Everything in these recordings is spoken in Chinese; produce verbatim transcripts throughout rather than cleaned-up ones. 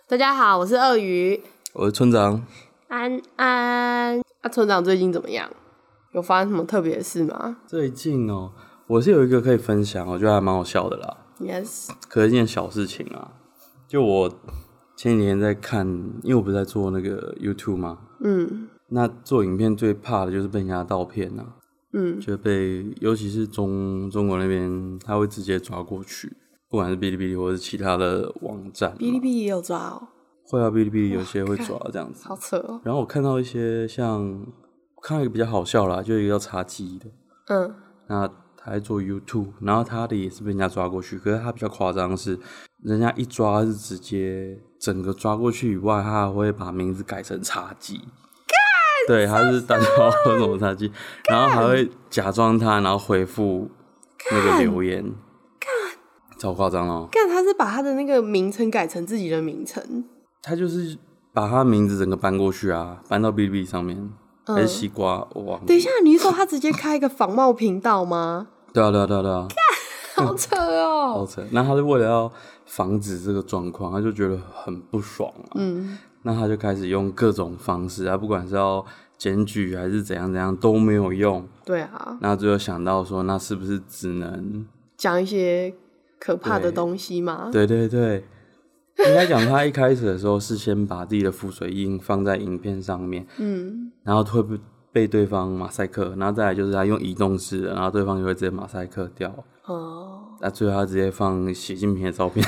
大家好，我是鳄鱼， 我是村长安安。啊，村长最近怎么样？有发生什么特别的事吗？ 最近哦，我是有一个可以分享，我觉得还蛮好笑的啦。 Yes， 可是一件小事情啊，就我前几天在看，因为我不是在做那个 YouTube 吗？嗯，那做影片最怕的就是被人家盗片啊。嗯，就被尤其是中中国那边，他会直接抓过去，不管是哔哩哔哩或是其他的网站。 哔哩哔哩也有抓哦。 会啊，哔哩哔哩有些会抓这样子。 好扯哦。 然后我看到一些像，我看到一个比较好笑啦，就一个叫茶几的。嗯。那他在做 YouTube， 然后他的也是被人家抓过去，可是他比较夸张的是，人家一抓是直接整个抓过去以外，他还会把名字改成茶几。对，他是大家喝什么茶几，然后还会假装他，然后回复那个留言，超夸张哦！ 干，他是把他的那个名称改成自己的名称， 他就是把他名字整个搬过去啊，搬到哔哩哔哩上面，嗯、还是西瓜，我忘了。 等一下，你是说他直接开一个仿冒频道吗？ 对啊，对啊，对啊，对啊！ 干，好扯哦， 好扯。那他是为了要防止这个状况，他就觉得很不爽啊。嗯。那他就开始用各种方式啊，不管是要检举还是怎样怎样都没有用。 对啊。 那最后想到说，那是不是只能讲一些可怕的东西吗？ 对对对，应该讲他一开始的时候是先把自己的浮水印放在影片上面，嗯，然后会被对方马赛克，然后再来就是他用移动式的，然后对方就会直接马赛克掉。哦。那最后他直接放习近平的照片。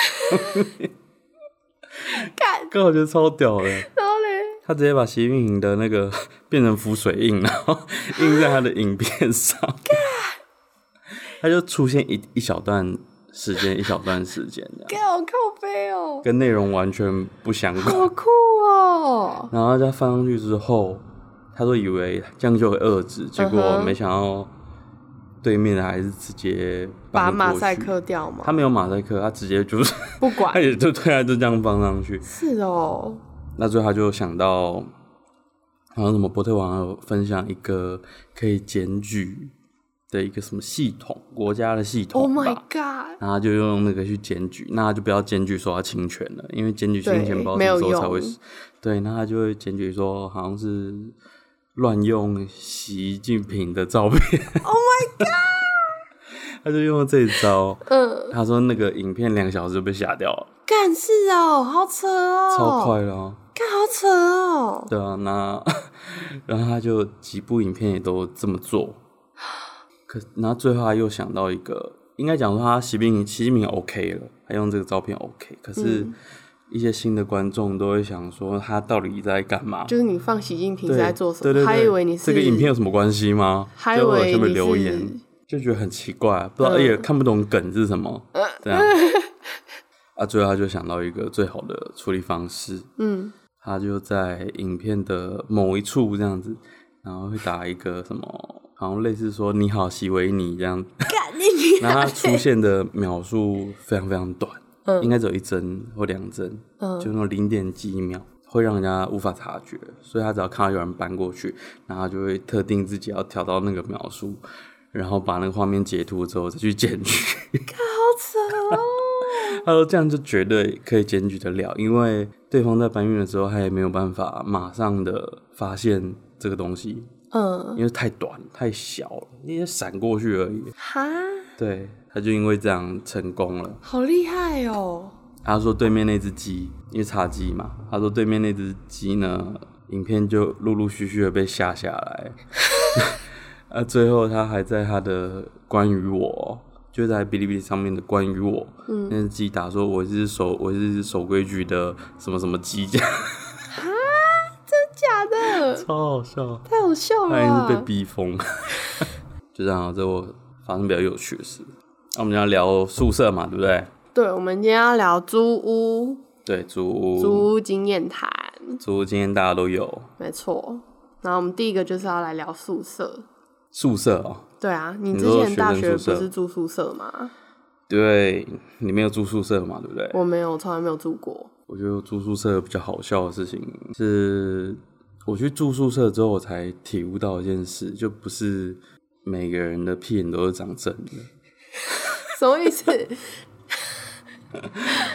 干， 个我觉得超屌的。 然后嘞， 他直接把习近平的那个变成浮水印，然后印在他的影片上。他就出现一一小段时间，一小段时间这样。 干，好靠背哦， 跟内容完全不相关。 好酷哦！ 然后他放上去之后，他都以为这样就会遏制，结果没想到对面的还是直接把马赛克掉嘛。 他没有马赛克，他直接就是不管， 他也就对啊，就这样放上去。 是哦。 那最后他就想到，好像什么波特网友分享一个可以检举的一个什么系统，国家的系统。 Oh my god！ 然后他就用那个去检举，那他就不要检举说他侵权了，因为检举侵权包什么时候才会死？对，那他就会检举说好像是乱用习近平的照片。 Oh my god！ 他就用了这一招，嗯，他说那个影片两个小时就被下掉了。 干，是哦，好扯哦， 超快了哦， 干，好扯哦。 对啊，那然后他就几部影片也都这么做，可然后最后他又想到一个，应该讲说他习近平习近平 OK 了，他用这个照片 OK， 可是一些新的观众都会想说他到底在干嘛？ 就是你放习近平是在做什么？ 对对对， 还以为你是这个影片有什么关系吗？ 还以为你是留言。就觉得很奇怪，不知道、嗯、也看不懂梗是什么，嗯、这样啊，最后他就想到一个最好的处理方式，嗯，他就在影片的某一处这样子，然后会打一个什么，好像类似说你好席维尼这样，然后他出现的秒数非常非常短，嗯、应该只有一帧或两帧，嗯、就那种零点几秒。会让人家无法察觉，所以他只要看到有人搬过去，然后他就会特定自己要调到那个秒数。然后把那个画面截图之后再去检举， 好扯哦！ 他说这样就绝对可以检举得了，因为对方在搬运的时候，他也没有办法马上的发现这个东西，嗯，因为太短太小了，因为闪过去而已。 哈， 对，他就因为这样成功了， 好厉害哦！ 他说对面那只鸡，因为插鸡嘛，他说对面那只鸡呢，影片就陆陆续续的被下下来。啊，最后他还在他的关于我，就在哔哩哔哩上面的关于我，嗯，那只鸡打说我是守我是守规矩的什么什么鸡这样， 哈，真假的？ 超好笑， 太好笑了吧， 他一直被逼疯，就这样，这我发生比较有趣的事。那我们要聊宿舍嘛，对不对？ 对，我们今天要聊租屋， 对，租屋， 租屋经验谈， 租屋经验大家都有， 没错。然后我们第一个就是要来聊宿舍。 宿舍哦， 对啊，你之前大学不是住宿舍吗？ 对，你没有住宿舍嘛，对不对？ 我没有，我从来没有住过。 我觉得住宿舍比较好笑的事情是，我去住宿舍之后，我才体悟到一件事，就不是每个人的屁眼都是长正的。 什么意思？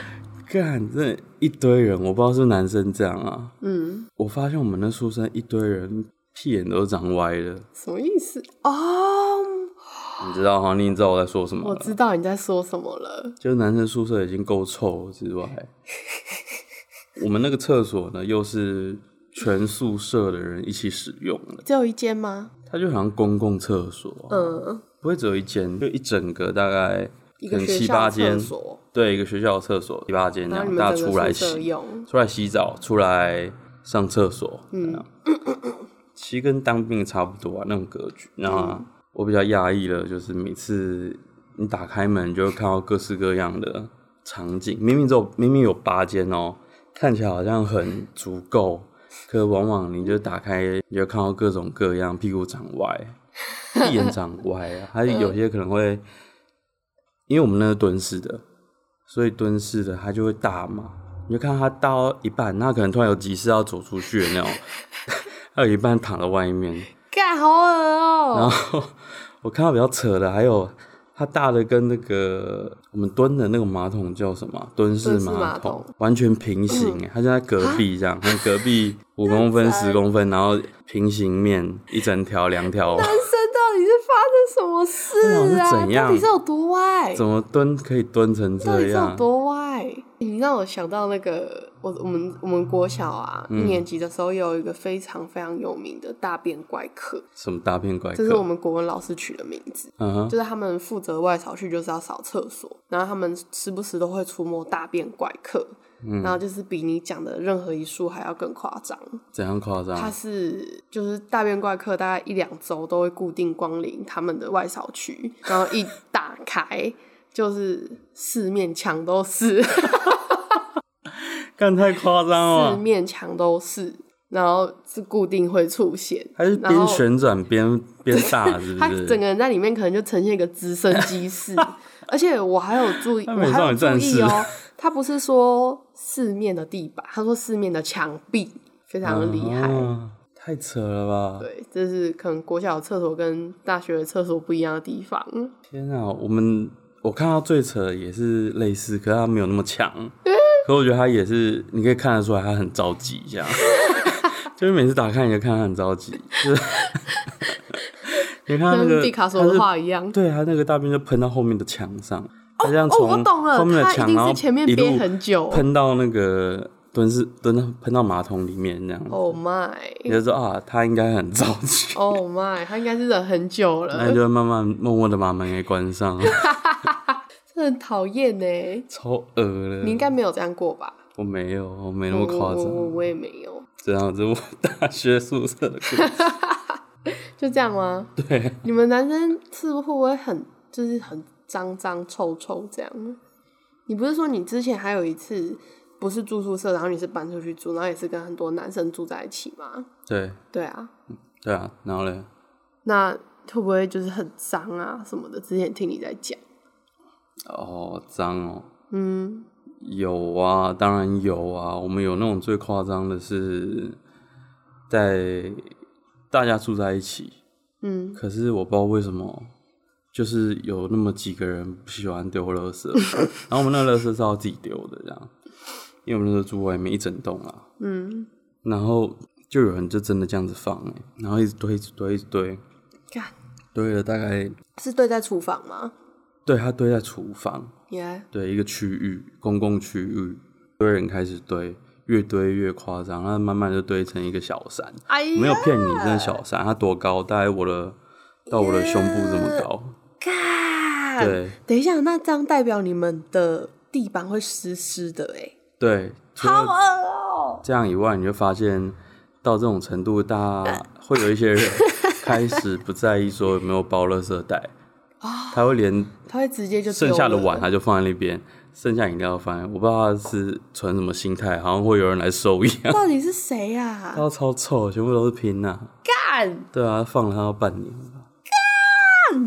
干，真的一堆人，我不知道是不是男生这样啊。嗯，我发现我们那宿舍一堆人屁眼都长歪了。 什么意思？哦， 你知道哈？你知道我在说什么了？ 我知道你在说什么了。 就是男生宿舍已经够臭之外，我们那个厕所呢，又是全宿舍的人一起使用的。 只有一间吗？ 它就好像公共厕所、啊，嗯，不会只有一间，就一整个大概可能七八间，对，一个学校的厕所七八间这样，大家出来洗，出来洗澡，出来上厕所，嗯，其实跟当兵差不多啊，那种格局。然后我比较讶异了，就是每次你打开门，就会看到各式各样的场景。明明只有明明有八间哦，看起来好像很足够，可往往你就打开，你就看到各种各样，屁股长歪，屁眼长歪啊，还有些可能会。因为我们那个蹲式的，所以蹲式的它就会大嘛，你就看到它大到一半，那可能突然有急事要走出去的那种，还有一半躺在外面， 干好恶哦、喔。 然后我看到比较扯的，还有它大的跟那个我们蹲的那个马桶叫什么？蹲式马桶，马桶完全平行、欸，它、嗯、就在隔壁这样，它隔壁五公分、十公分，然后平行面一整条、两条。 到底是发生什么事啊？ 怎样？ 到底是有多歪？ 怎么蹲可以蹲成这样？ 到底是有多歪？你让我想到那个，我我们我们国小啊、嗯，一年级的时候有一个非常非常有名的大便怪客。 什么大便怪客？ 这是我们国文老师取的名字。嗯哼，就是他们负责外扫区，就是要扫厕所，然后他们时不时都会出没大便怪客。嗯、然后就是比你讲的任何一数还要更夸张。 怎样夸张？ 他是就是大便怪客，大概一两周都会固定光临他们的外扫区，然后一打开就是四面墙都是， 干太夸张了， 四面墙都是，然后是固定会出现， 还是边旋转边边大，是不是？ 他整个人在里面可能就呈现一个直升机式，而且我还有注意，我还有注意哦。他不是说四面的地板，他说四面的墙壁，非常的厉害、 啊，太扯了吧？对， 这是可能国小的厕所跟大学的厕所不一样的地方。 天啊，我们我看到最扯的也是类似，可是他没有那么强。可我觉得他也是，你可以看得出来他很着急，这样，就是每次打开你就看他很着急，就是你看他那个跟毕卡索的画一样， 对，他那个大便就喷到后面的墙上。他这样从后面的墙，然后一路喷到那个蹲式蹲到喷到马桶里面这样。 Oh my！ 你就说啊，他应该很着急。 Oh my！ 他应该是忍很久了。 那就慢慢默默的把门给关上。 这很讨厌呢， 超恶的。 你应该没有这样过吧？ 我没有，我没那么夸张。 我我也没有。 这样子，我大学宿舍的故事。 就这样吗？ 对。你们男生是会不会很就是很？脏脏臭臭这样，你不是说你之前还有一次不是住宿舍，然后你是搬出去住，然后也是跟很多男生住在一起吗？ 对， 对啊， 对啊，然后嘞， 那会不会就是很脏啊什么的？之前听你在讲。 哦，脏哦，嗯，有啊，当然有啊，我们有那种最夸张的是在大家住在一起，嗯，可是我不知道为什么。就是有那么几个人不喜欢丢垃圾，然后我们那个垃圾是要自己丢的，这样，因为我们那时候住外面一整栋啊，嗯，然后就有人就真的这样子放、欸，然后一直堆，一直堆，一直堆， 干， 堆了大概是堆在厨房吗？ 对，它堆在厨房， yeah. 对，一个区域，公共区域，堆人开始堆，越堆越夸张，然后慢慢就堆成一个小山，哎呀，没有骗你，真的小山，它多高？大概我的到我的胸部这么高。 干，对，等一下，那这样代表你们的地板会湿湿的哎。 对， 好恶哦。 这样以外，你就发现到这种程度，大家会有一些人开始不在意说有没有包垃圾袋，他会连他会直接就剩下的碗他就放在那边，剩下饮料放在，我不知道他是存什么心态，好像会有人来收一样。 到底是谁呀？ 他超臭，全部都是拼啊！ 干， 对啊，放了他要半年。 干，那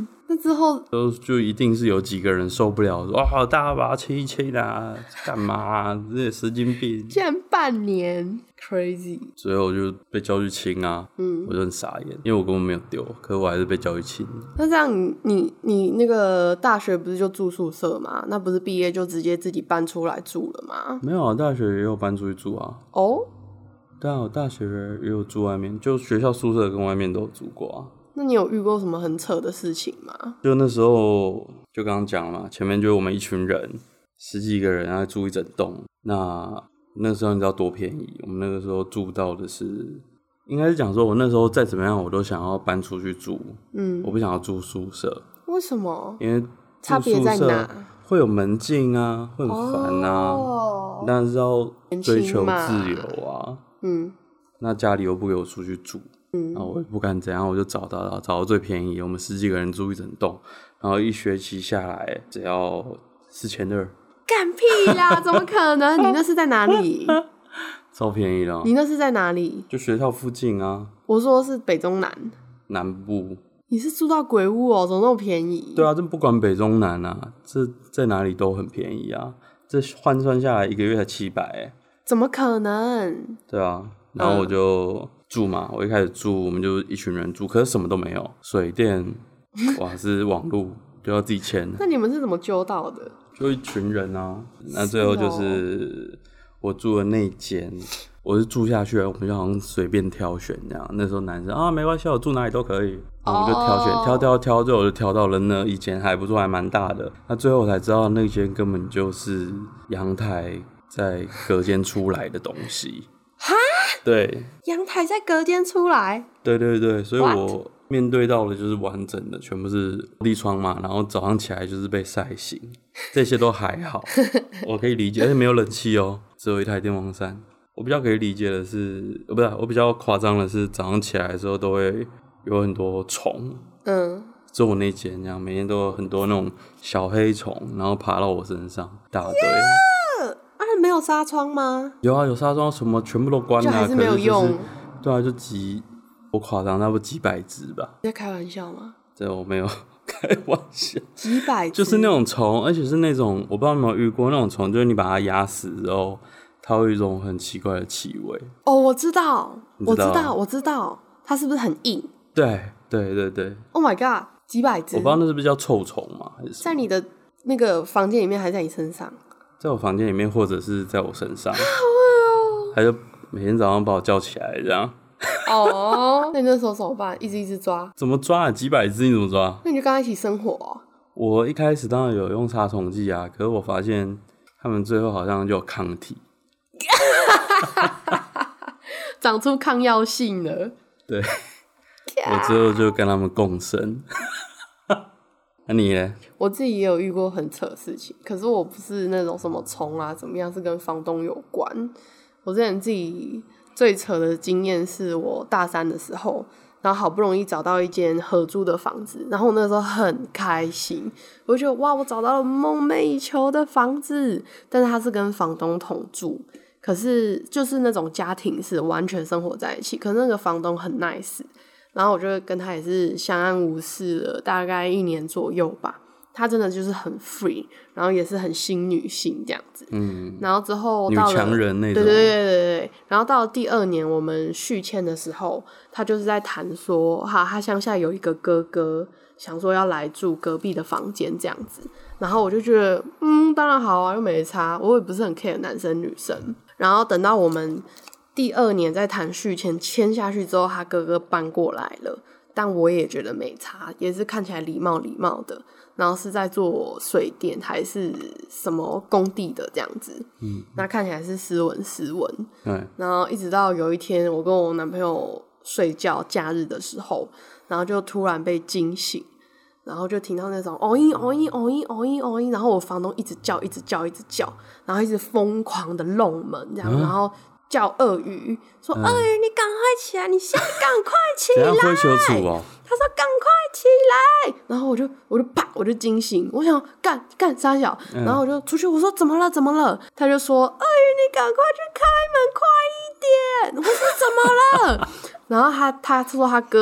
之后就就一定是有几个人受不了，说啊，大家把他亲一亲啊，干嘛啊？这些神经病！ 竟然半年 ，crazy！ 所以我就被叫去亲啊，嗯，我就很傻眼，因为我根本没有丢，可是我还是被叫去亲。 那这样你你你那个大学不是就住宿舍吗？那不是毕业就直接自己搬出来住了吗？ 没有啊，大学也有搬出去住啊。 哦， 对啊，我大学也有住外面，就学校宿舍跟外面都有住过啊。 那你有遇过什么很扯的事情吗？ 就那时候就刚刚讲了嘛，前面就我们一群人十几个人，然后住一整栋。那那时候你知道多便宜？我们那个时候住到的是，应该是讲说，我那时候再怎么样，我都想要搬出去住。嗯，我不想要住宿舍。 为什么？ 因为差别在哪？ 会有门禁啊，会很烦啊。哦，但是要追求自由啊。嗯，那家里又不给我出去住。嗯，然后我也不敢怎样，我就找到找到最便宜，我们十几个人住一整栋，然后一学期下来只要四千二。 干屁啦！怎么可能？你那是在哪里？ 超便宜了。 你那是在哪里？ 就学校附近啊。 我说是北中南。 南部。 你是住到鬼屋哦？怎么那么便宜？ 对啊，这不管北中南啊，这在哪里都很便宜啊。这换算下来一个月才七百哎。 怎么可能？ 对啊，然后我就住嘛，嗯、我一开始住，我们就一群人住，可是什么都没有，水电、瓦斯、网路就要自己签。 那你们是怎么揪到的？ 就一群人啊，那最后就是我住的那间，我是住下去了，我们就好像随便挑选这样。那时候男生啊，没关系，我住哪里都可以，我们就挑选， oh. 挑挑挑，最后我就挑到了那一间还不错，还蛮大的。那最后我才知道那间根本就是阳台在隔间出来的东西。 哈？ 对， 阳台在隔间出来？ 对对对，所以我面对到的就是完整的，全部是地窗嘛，然后早上起来就是被晒醒，这些都还好，我可以理解，而且没有冷气哦，只有一台电风扇。我比较可以理解的是，呃，不是，我比较夸张的是，早上起来的时候都会有很多虫，嗯，就我那间这样，每天都有很多那种小黑虫，然后爬到我身上，大堆。 Yeah! 啊，没有纱窗吗？ 有啊，有纱窗，什么全部都关了， 就还是没有用。 就是、对啊，就几，我夸张，差不多几百只吧。 你在开玩笑吗？ 这我没有开玩笑。 几百只， 就是那种虫，而且是那种我不知道你有没有遇过那种虫，就是你把它压死之后，它会有一种很奇怪的气味。 哦，我知道， 我知道，我知道，它是不是很硬？ 对对对对。 Oh my god， 几百只！ 我不知道那是不是叫臭虫嘛，还是在你的那个房间里面，还是在你身上？ 在我房间里面，或者是在我身上。他就每天早上把我叫起来，这样。 哦，那你那时候怎么办？一只一只抓？ 怎么抓啊？几百只你怎么抓？ 那你就跟他一起生活哦。 我一开始当然有用杀虫剂啊，可是我发现他们最后好像就有抗体， 长出抗药性了。 对，我最后就跟他们共生。那、啊、你呢？ 我自己也有遇过很扯的事情，可是我不是那种什么虫啊怎么样，是跟房东有关。我之前自己最扯的经验是我大三的时候，然后好不容易找到一间合租的房子，然后我那时候很开心，我就觉得哇，我找到了梦寐以求的房子，但是它是跟房东同住，可是就是那种家庭式完全生活在一起，可是那个房东很 nice， 然后我就跟他也是相安无事了大概一年左右吧。她真的就是很 free， 然后也是很新女性这样子，嗯，然后之后到了女强人那种， 对对对对对，然后到了第二年我们续签的时候，她就是在谈说，哈，她乡下有一个哥哥，想说要来住隔壁的房间这样子，然后我就觉得，嗯，当然好啊，又没差，我也不是很 care 男生女生，然后等到我们第二年在谈续签签下去之后，他哥哥搬过来了，但我也觉得没差，也是看起来礼貌礼貌的。然后是在做水电还是什么工地的这样子，嗯，那看起来是斯文斯文，嗯，然后一直到有一天我跟我男朋友睡觉假日的时候，然后就突然被惊醒，然后就听到那种哦咦哦咦哦咦哦咦哦咦，然后我房东一直叫一直叫一直叫，然后一直疯狂的弄门这样，嗯、然后叫鳄鱼说：“鳄鱼，嗯、你赶快起来，你现在赶快起来！”怎样会求主哦？ 他说：“赶快起来！”然后我就我就啪，我就惊醒，我想干干三小，嗯、然后我就出去，我说：“怎么了？怎么了？”他就说：“鳄鱼，你赶快去开门，快一点！”我说：“怎么了？”然后他他说他哥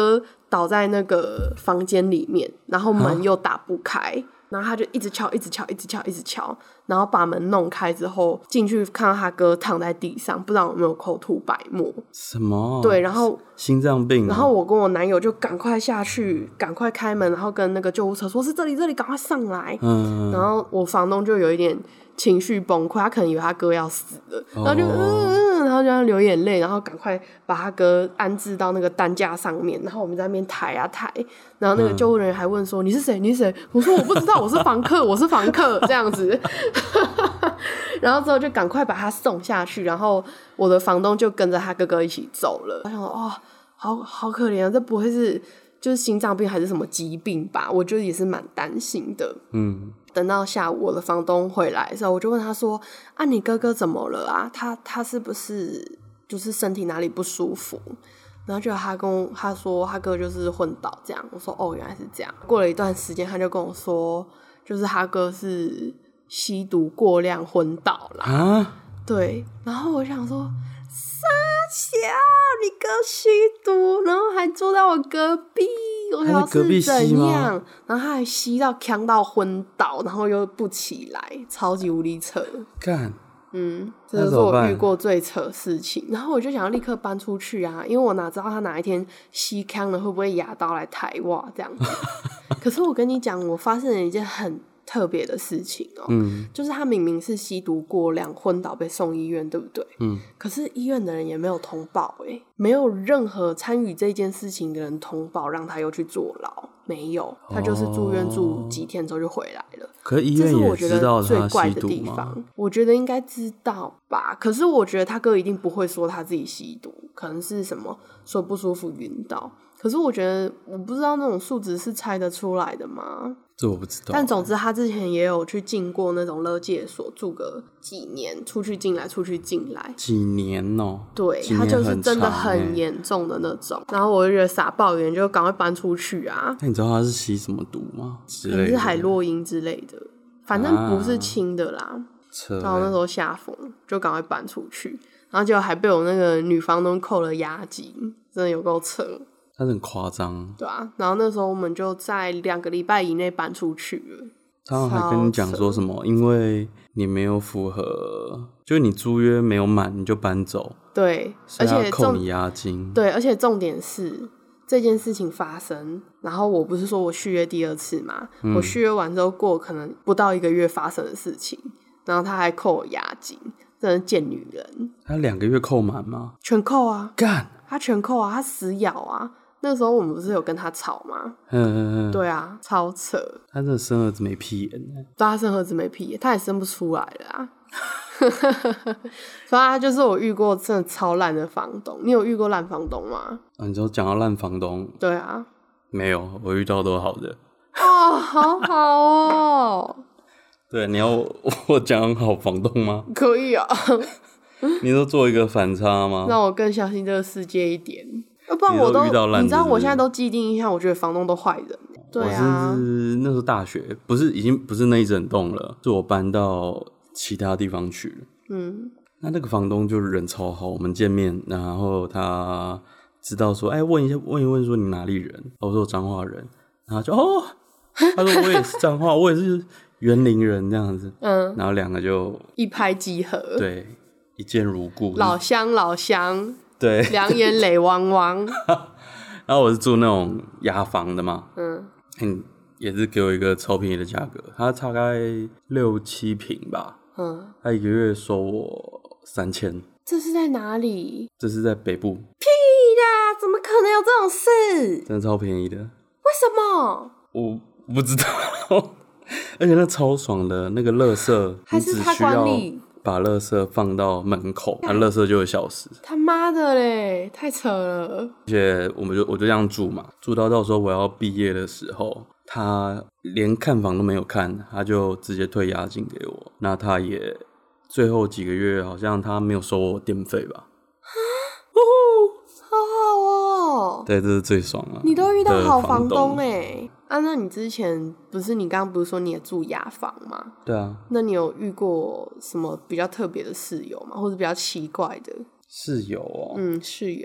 倒在那个房间里面，然后门又打不开，然后他就一直敲一直敲一直敲一直敲，然后把门弄开之后进去看到他哥躺在地上，不知道有没有口吐白沫。 什么？ 对，然后心脏病、啊。 然后我跟我男友就赶快下去，赶快开门，然后跟那个救护车说是这里这里，赶快上来。嗯，然后我房东就有一点情绪崩溃，他可能以为他哥要死了，然后就嗯嗯，然后就要流眼泪，然后赶快把他哥安置到那个担架上面，然后我们在那边抬啊抬，然后那个救护人员还问说、嗯、你是谁？你是谁？我说我不知道，我是房客，我是房客这样子。然后之后就赶快把他送下去，然后我的房东就跟着他哥哥一起走了。我想说哦，好好可怜啊，这不会是就是心脏病还是什么疾病吧？我就也是蛮担心的。嗯。等到下午我的房东回来的时候，我就问他说啊你哥哥怎么了啊，他他是不是就是身体哪里不舒服，然后就他跟我他说他哥就是昏倒这样。我说哦原来是这样。过了一段时间他就跟我说就是他哥是吸毒过量昏倒了啊。对，然后我想说傻小你哥吸毒然后还坐在我隔壁，我想是怎样，然后他还吸到呛到昏倒，然后又不起来，超级无敌扯干。 嗯，这就是我遇过最扯的事情。然后我就想要立刻搬出去啊，因为我哪知道他哪一天吸呛了会不会牙刀来抬我这样子。可是我跟你讲，我发现了一件很特别的事情哦、喔嗯，就是他明明是吸毒过量昏倒被送医院，对不对？嗯，可是医院的人也没有通报，哎，没有任何参与这件事情的人通报让他又去坐牢，没有，他就是住院住几天之后就回来了。 可是医院也知道他吸毒吗？这是我觉得最怪的地方， 我觉得应该知道吧。可是我觉得他哥一定不会说他自己吸毒，可能是什么说不舒服晕倒。可是我觉得我不知道那种数值是猜得出来的吗？ 这我不知道。 但总之他之前也有去进过那种勒戒所住个几年，出去进来出去进来几年哦。 对，他就是真的很严重的那种。然后我就觉得傻爆眼，就赶快搬出去啊。 那你知道他是吸什么毒吗？之类的，可能是海洛因之类的，反正不是轻的啦、啊、然后那时候吓疯，就赶快搬出去，然后结果还被我那个女房东扣了押金，真的有够扯。 他很夸张。 对啊，然后那时候我们就在两个礼拜以内搬出去了。 他还跟你讲说什么？因为你没有符合，就是你租约没有满，你就搬走。 对， 而且扣你押金。 对，而且重点是这件事情发生，然后我不是说我续约第二次嘛、嗯？我续约完之后过可能不到一个月发生的事情，然后他还扣我押金，真的贱女人。 他两个月扣满吗？ 全扣啊！ 干， 他全扣啊！他死咬啊！那时候我们不是有跟他吵吗？嗯嗯嗯，对啊，超扯。 他真的生儿子没屁眼。对， 他生儿子没屁眼，他也生不出来了啊。所以他就是我遇过真的超烂的房东。你有遇过烂房东吗？ 啊，你就讲到烂房东。 对啊。 没有，我遇到都好的。 哦，好好哦。 对，你要我讲好房东吗？ 可以啊。 你都做一个反差吗？ 让我更相信这个世界一点。要不然我都， 你, 都你知道我现在都既定印象，我觉得房东都坏人。对啊， 我是那时候大学，不是已经不是那一整栋了，是我搬到其他地方去了。嗯，那那个房东就人超好，我们见面，然后他知道说，哎、欸，问一下，问一问说你哪里人？我说我彰化人，然后就哦，他说我也是彰化，我也是园林人这样子。嗯，然后两个就一拍即合， 对，一见如故， 老乡老乡。 对， 两眼泪汪汪。 然后我是住那种雅房的嘛，嗯，嗯，也是给我一个超便宜的价格，他大概六七坪吧，嗯，他一个月收我三千。 这是在哪里？ 这是在北部。 屁啦，怎么可能有这种事？ 真的超便宜的。为什么？ 我不知道。而且那超爽的，那个垃圾， 还是他管理？ 把垃圾放到门口，那垃圾就会消失。 他妈的嘞，太扯了！ 而且我们就我就这样住嘛，住到到时候我要毕业的时候，他连看房都没有看，他就直接退押金给我。那他也最后几个月好像他没有收我电费吧？啊， 哦，好好哦。 对，这是最爽啊！ 你都遇到好房东哎。啊，那你之前不是你刚刚不是说你也住雅房吗？ 对啊。 那你有遇过什么比较特别的室友吗？或者比较奇怪的室友哦？ 嗯，室友。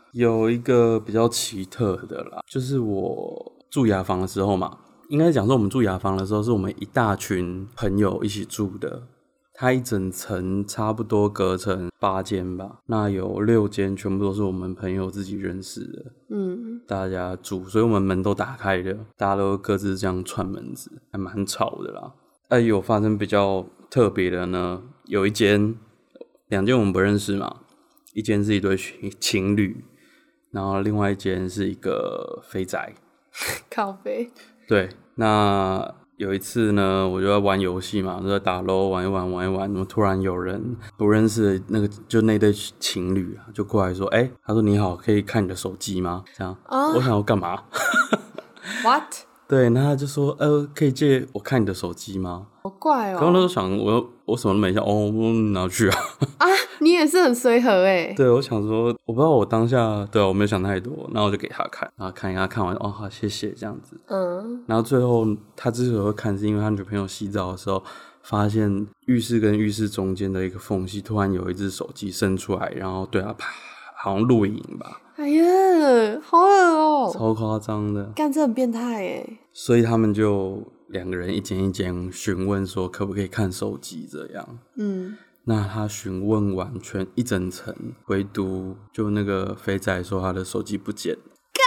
有一个比较奇特的啦，就是我住雅房的时候嘛，应该讲说我们住雅房的时候是我们一大群朋友一起住的，它一整层差不多隔成八间吧，那有六间全部都是我们朋友自己认识的，嗯，大家住，所以我们门都打开的，大家都各自这样串门子，还蛮吵的啦。哎，有发生比较特别的呢，有一间两间我们不认识嘛，一间是一对情侣，然后另外一间是一个肥宅靠北。 对，那有一次呢，我就在玩游戏嘛，就在打 L O L 玩一玩玩一玩，怎么突然有人不认识的那个就那对情侣啊，就过来说，哎、欸，他说你好，可以看你的手机吗？这样，啊、我想要干嘛 ？What？ 对，那他就说，呃，可以借我看你的手机吗？ 好怪哦。 然后那时候想，我我什么都没想，哦，我拿去啊。 啊，你也是很随和哎。 对，我想说，我不知道我当下，对啊，我没有想太多，然后我就给他看，然后看一下，看完，哦，好，谢谢，这样子。嗯。然后最后他之所以会看，是因为他女朋友洗澡的时候，发现浴室跟浴室中间的一个缝隙，突然有一只手机伸出来，然后对他啪，好像录影吧。 哎呀，好恶哦、喔！ 超夸张的， 干这很变态哎。 所以他们就两个人一间一间询问说可不可以看手机这样。嗯，那他询问完全一整层，唯独就那个肥仔说他的手机不见了。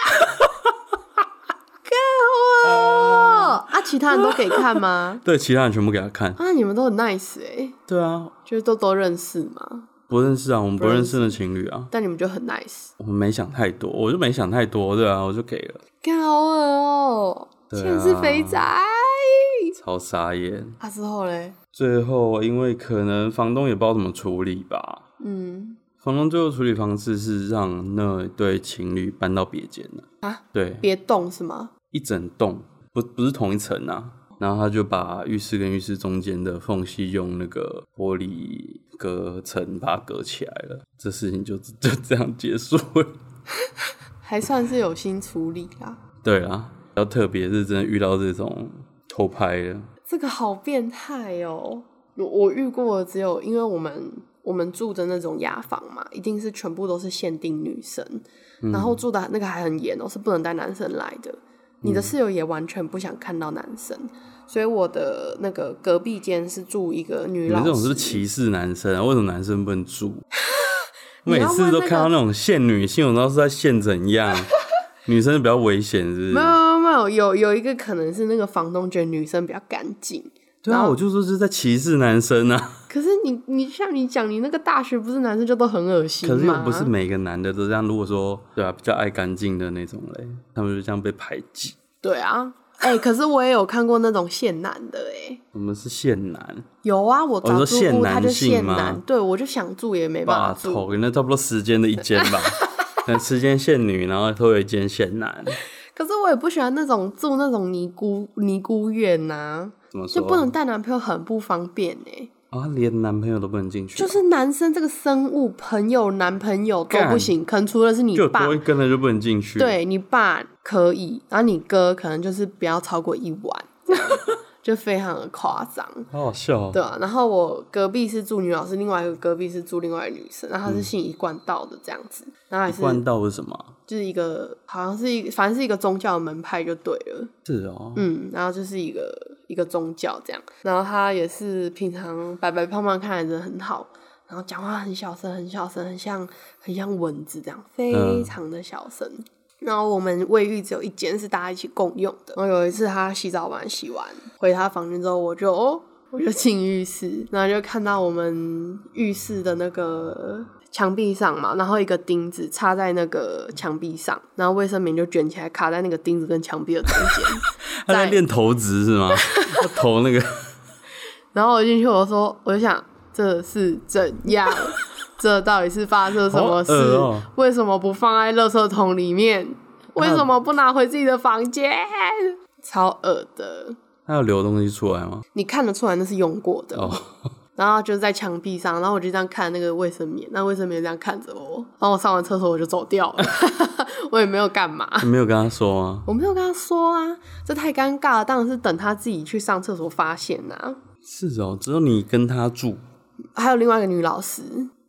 干哦！啊，其他人都给看吗？ 对，其他人全部给他看。 啊，你们都很 nice 哎。 对啊， 就是都都认识嘛。 不认识啊，我们不认识的情侣啊， 但你们就很 nice。 我们没想太多，我就没想太多，对啊，我就给了。 干好恶哦、喔，竟然是肥仔， 超傻眼。 啊，之后嘞？ 最后因为可能房东也不知道怎么处理吧，嗯，房东最后处理方式是让那对情侣搬到别间了啊，对， 别栋是吗？ 一整栋，不不是同一层啊。然后他就把浴室跟浴室中间的缝隙用那个玻璃隔层把它隔起来了，这事情就就这样结束了。 还算是有心处理啦。 对啦，比较特别是真的遇到这种偷拍的， 这个好变态哦！我遇过的只有，因为我们我们住的那种雅房嘛，一定是全部都是限定女生，嗯、然后住的那个还很严哦，是不能带男生来的。你的室友也完全不想看到男生，所以我的那个隔壁间是住一个女老师。 你们这种是不是歧视男生啊？为什么男生不能住？每次都看到那种限女性，我不知道是在限怎样。女生比较危险，是不是？ 没有没有没有，有有一个可能是那个房东觉得女生比较干净。 对啊，我就说是在歧视男生啊。 可是你你像你讲，你那个大学不是男生就都很恶心吗？ 可是又不是每个男的都这样。如果说对啊，比较爱干净的那种嘞，他们就这样被排挤。 对啊，哎、欸，可是我也有看过那种限男的哎、欸。 我们是限男。 有啊，我找住户他就限男，对我就想住也没办法住。 头那差不多十间的一间吧，可能十间限女，然后都有一间限男。 可是我也不喜欢那种住那种尼姑尼姑院呐、啊， 怎么说？ 就不能带男朋友很不方便哎、欸。 啊，连男朋友都不能进去、啊， 就是男生这个生物，朋友、男朋友都不行，可能除了是你爸， 就多一根的就不能进去。 对，你爸可以，然后你哥可能就是不要超过一晚，就非常的夸张， 好好笑、哦。 对啊，然后我隔壁是住女老师，另外一个隔壁是住另外一个女生，然后她是信一贯道的这样子，然后还是一贯道是什么？ 就是一个好像是一个，反正是一个宗教的门派就对了。 是哦， 嗯，然后就是一个一个宗教这样，然后他也是平常白白胖胖，看起来真的很好，然后讲话很小声，很小声，很像很像蚊子这样，非常的小声。嗯、然后我们卫浴只有一间是大家一起共用的。然后有一次他洗澡完洗完回他房间之后，我就哦，我就进浴室，然后就看到我们浴室的那个墙壁上嘛，然后一个钉子插在那个墙壁上，然后卫生棉就卷起来卡在那个钉子跟墙壁的中间。 他在练投掷是吗？他投那个。 然后我进去，我说，我就想这是怎样？这到底是发生什么事？哦、为什么不放在垃圾桶里面？为什么不拿回自己的房间？超恶的。 他有流东西出来吗？ 你看得出来那是用过的。 哦。 然后就在墙壁上，然后我就这样看那个卫生棉，那卫生棉这样看着我，然后我上完厕所我就走掉了，我也没有干嘛。 你没有跟他说吗？ 我没有跟他说啊，这太尴尬了，当然是等他自己去上厕所发现啊。 是哦，只有你跟他住， 还有另外一个女老师。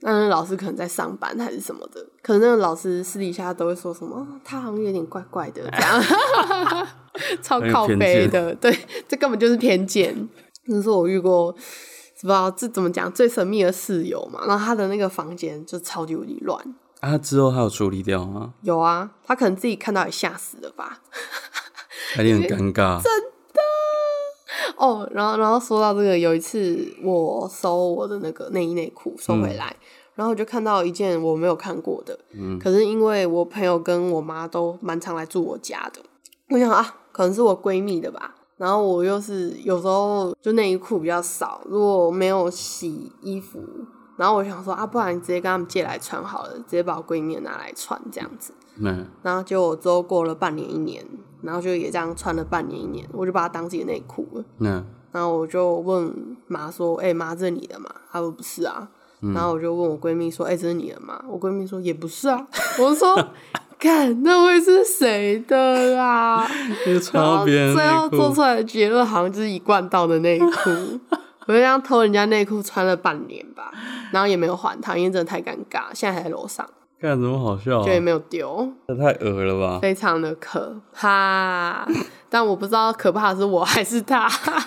那那个老师可能在上班还是什么的，可能那个老师私底下都会说什么、哦、他好像有点怪怪的这样超靠北的，对，这根本就是偏见。那是我遇过不知道这怎么讲最神秘的室友嘛，然后他的那个房间就超级无敌乱啊。之后他有处理掉吗？ 有啊，他可能自己看到也吓死了吧有点尴尬真的哦。然后然后说到这个，有一次我收我的那个内衣内裤收回来、嗯、然后我就看到一件我没有看过的、嗯、可是因为我朋友跟我妈都蛮常来住我家的，我想啊可能是我闺蜜的吧，然后我又是有时候就内衣裤比较少，如果没有洗衣服，然后我想说啊，不然你直接跟他们借来穿好了，直接把我闺蜜拿来穿这样子、嗯、然后结果之后过了半年一年，然后就也这样穿了半年一年，我就把它当自己的内裤了、嗯、然后我就问妈说哎、欸、妈这是你的吗？她说不是啊、嗯、然后我就问我闺蜜说哎、欸、这是你的吗？我闺蜜说也不是啊我说看那会是谁的啦然后最后做出来的结论好像就是一贯道的内裤我就这样偷人家内裤穿了半年吧，然后也没有还他，因为真的太尴尬，现在还在楼上。 干什么好笑啊？ 就也没有丢， 这太恶了吧， 非常的可怕但我不知道可怕的是我还是他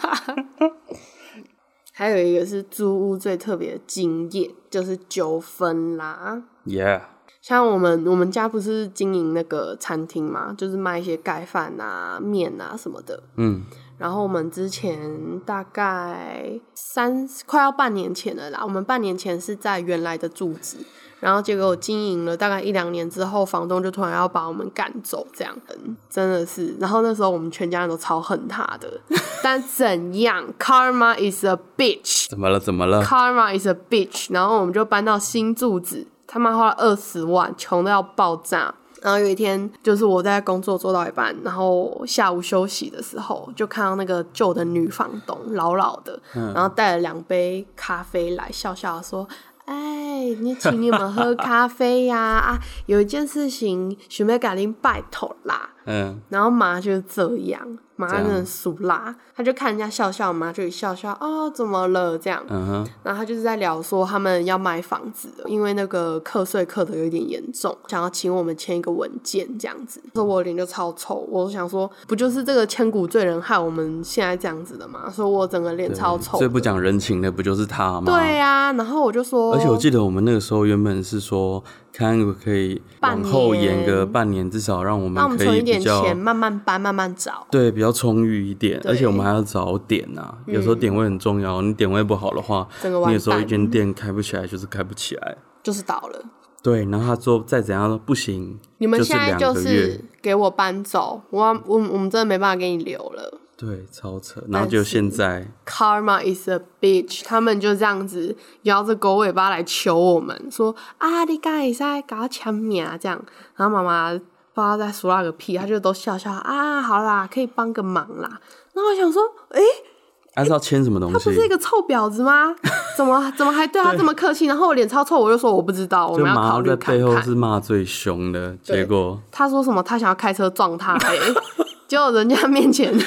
还有一个是租屋最特别的经验就是纠纷啦 Yeah， 像我们我们家不是经营那个餐厅嘛，就是卖一些盖饭啊面啊什么的，嗯，然后我们之前大概三快要半年前了啦，我们半年前是在原来的住址，然后结果我经营了大概一两年之后，房东就突然要把我们赶走这样，真的是，然后那时候我们全家人都超恨他的但怎样 Karma is a bitch， 怎么了怎么了 Karma is a bitch， 然后我们就搬到新住址，他妈花了二十万，穷到要爆炸。然后有一天就是我在工作做到一半，然后下午休息的时候就看到那个旧的女房东老老的、嗯、然后带了两杯咖啡来，笑笑说哎，你请你们喝咖啡呀、啊啊、有一件事情想要跟你拜托啦。嗯，然后妈就这样，妈真的俗辣，他就看人家笑笑，妈就笑笑哦怎么了这样、嗯、然后他就是在聊说他们要卖房子了，因为那个课税课的有点严重，想要请我们签一个文件这样子，说我脸就超臭，我想说不就是这个千古罪人害我们现在这样子的吗？说我整个脸超臭的， 最不讲人情的不就是他吗？ 对啊，然后我就说， 而且我记得我们那个时候原本是说看可以往后延个半年，至少让我们可以比较钱慢慢搬慢慢找， 对，比较充裕一点，而且我们还要找点啊、嗯、有时候点位很重要，你点位不好的话， 整个完蛋， 你有时候一间店开不起来就是开不起来， 就是倒了。 对，然后他说再怎样都不行， 你们现在就是给我搬走，我我我们真的没办法给你留了。 对，超扯。然后就现在 Karma is a bitch， 他们就这样子摇着狗尾巴来求我们说啊你刚才在给我签名这样，然后妈妈不知道在说那个屁，他就都笑笑啊好啦可以帮个忙啦。然后我想说诶他是要签什么东西？ 他不是一个臭婊子吗？怎么怎么还对他这么客气？然后我脸超臭，我就说我不知道，我们要考虑看看。 就马在背后是骂最凶的，结果他说什么？他想要开车撞他、欸，结果人家面前，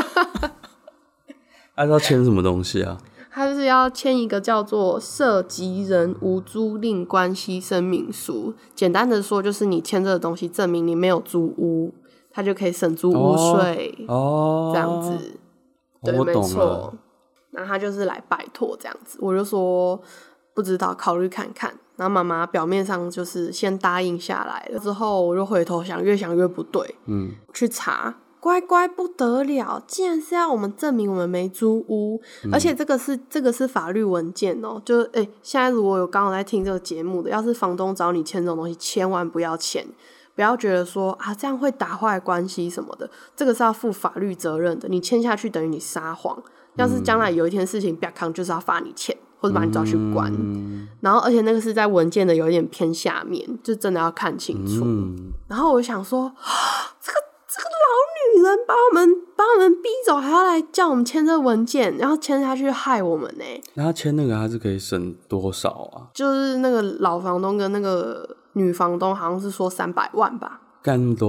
他是要签什么东西啊？ 他就是要签一个叫做涉及人无租赁关系声明书。简单的说，就是你签这个东西，证明你没有租屋，他就可以省租屋税哦，这样子。对， 我懂了， 没错。然后他就是来拜托这样子，我就说不知道，考虑看看。然后妈妈表面上就是先答应下来了，之后我就回头想，越想越不对，嗯，去查，乖乖不得了，竟然是要我们证明我们没租屋，嗯、而且这个是这个是法律文件哦，就哎、欸，现在如果有刚好在听这个节目的，要是房东找你签这种东西，千万不要签。不要觉得说啊这样会打坏关系什么的，这个是要负法律责任的，你签下去等于你撒谎，要是将来有一天事情不要扛，就是要罚你钱或者把你抓去关、嗯、然后而且那个是在文件的有一点偏下面，就真的要看清楚、嗯、然后我想说、啊、这个这个老女人把我们把我们逼走，还要来叫我们签这个文件，然后签下去害我们呢、欸、 那他签那个他是可以省多少啊？ 就是那个老房东跟那个女房东好像是说三百万吧， 干那么多？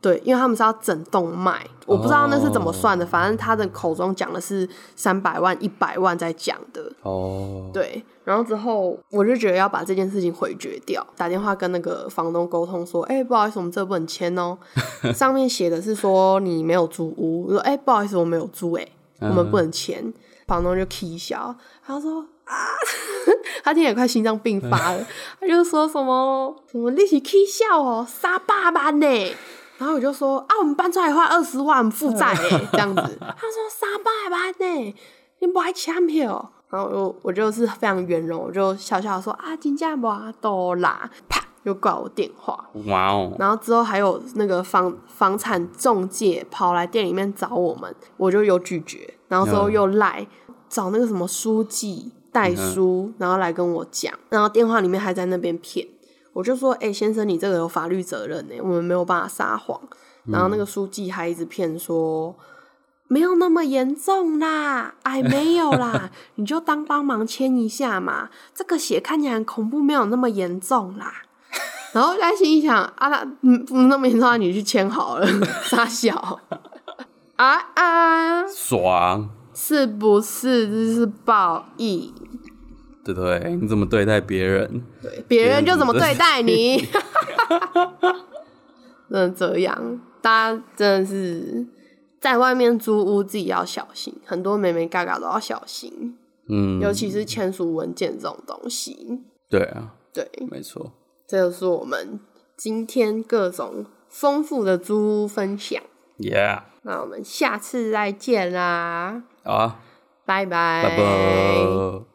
对，因为他们是要整栋卖，我不知道那是怎么算的，哦、反正他的口中讲的是三百万、一百万在讲的。哦，对，然后之后我就觉得要把这件事情回绝掉，打电话跟那个房东沟通说，哎、欸，不好意思，我们这不能签哦，上面写的是说你没有租屋，我说，哎、欸，不好意思，我没有租、欸，哎，我们不能签。嗯、房东就起笑，他说啊，他听起来快心脏病发了，他就说什么什么你是起笑哦，三百万呢。然后我就说啊，我们搬出来花二十万，我们负债哎，这样子。他说三百万呢，你不爱签票？然后我我就是非常圆融，我就笑笑说啊，真正没多啦，啪就挂我电话。哇哦！然后之后还有那个房房产中介跑来店里面找我们，我就又拒绝，然后之后又赖找那个什么书记代书，然后来跟我讲，然后电话里面还在那边骗。我就说，哎、欸，先生，你这个有法律责任呢，我们没有办法撒谎。然后那个书记还一直骗说，没有那么严重啦，哎，没有啦，你就当帮忙签一下嘛。这个血看起来很恐怖，没有那么严重啦。然后在心里想，啊，那嗯不那么严重，你去签好了，傻小。啊啊， 爽， 是不是？这是报应。 对对，你怎么对待别人， 对别人就怎么对待你。真的这样，大家真的是在外面租屋自己要小心，很多妹妹嘎嘎都要小心。嗯，尤其是签署文件这种东西。 对啊， 对， 没错。 这就是我们今天各种丰富的租屋分享。 Yeah， 那我们下次再见啦。 好啊， 拜拜， 拜拜。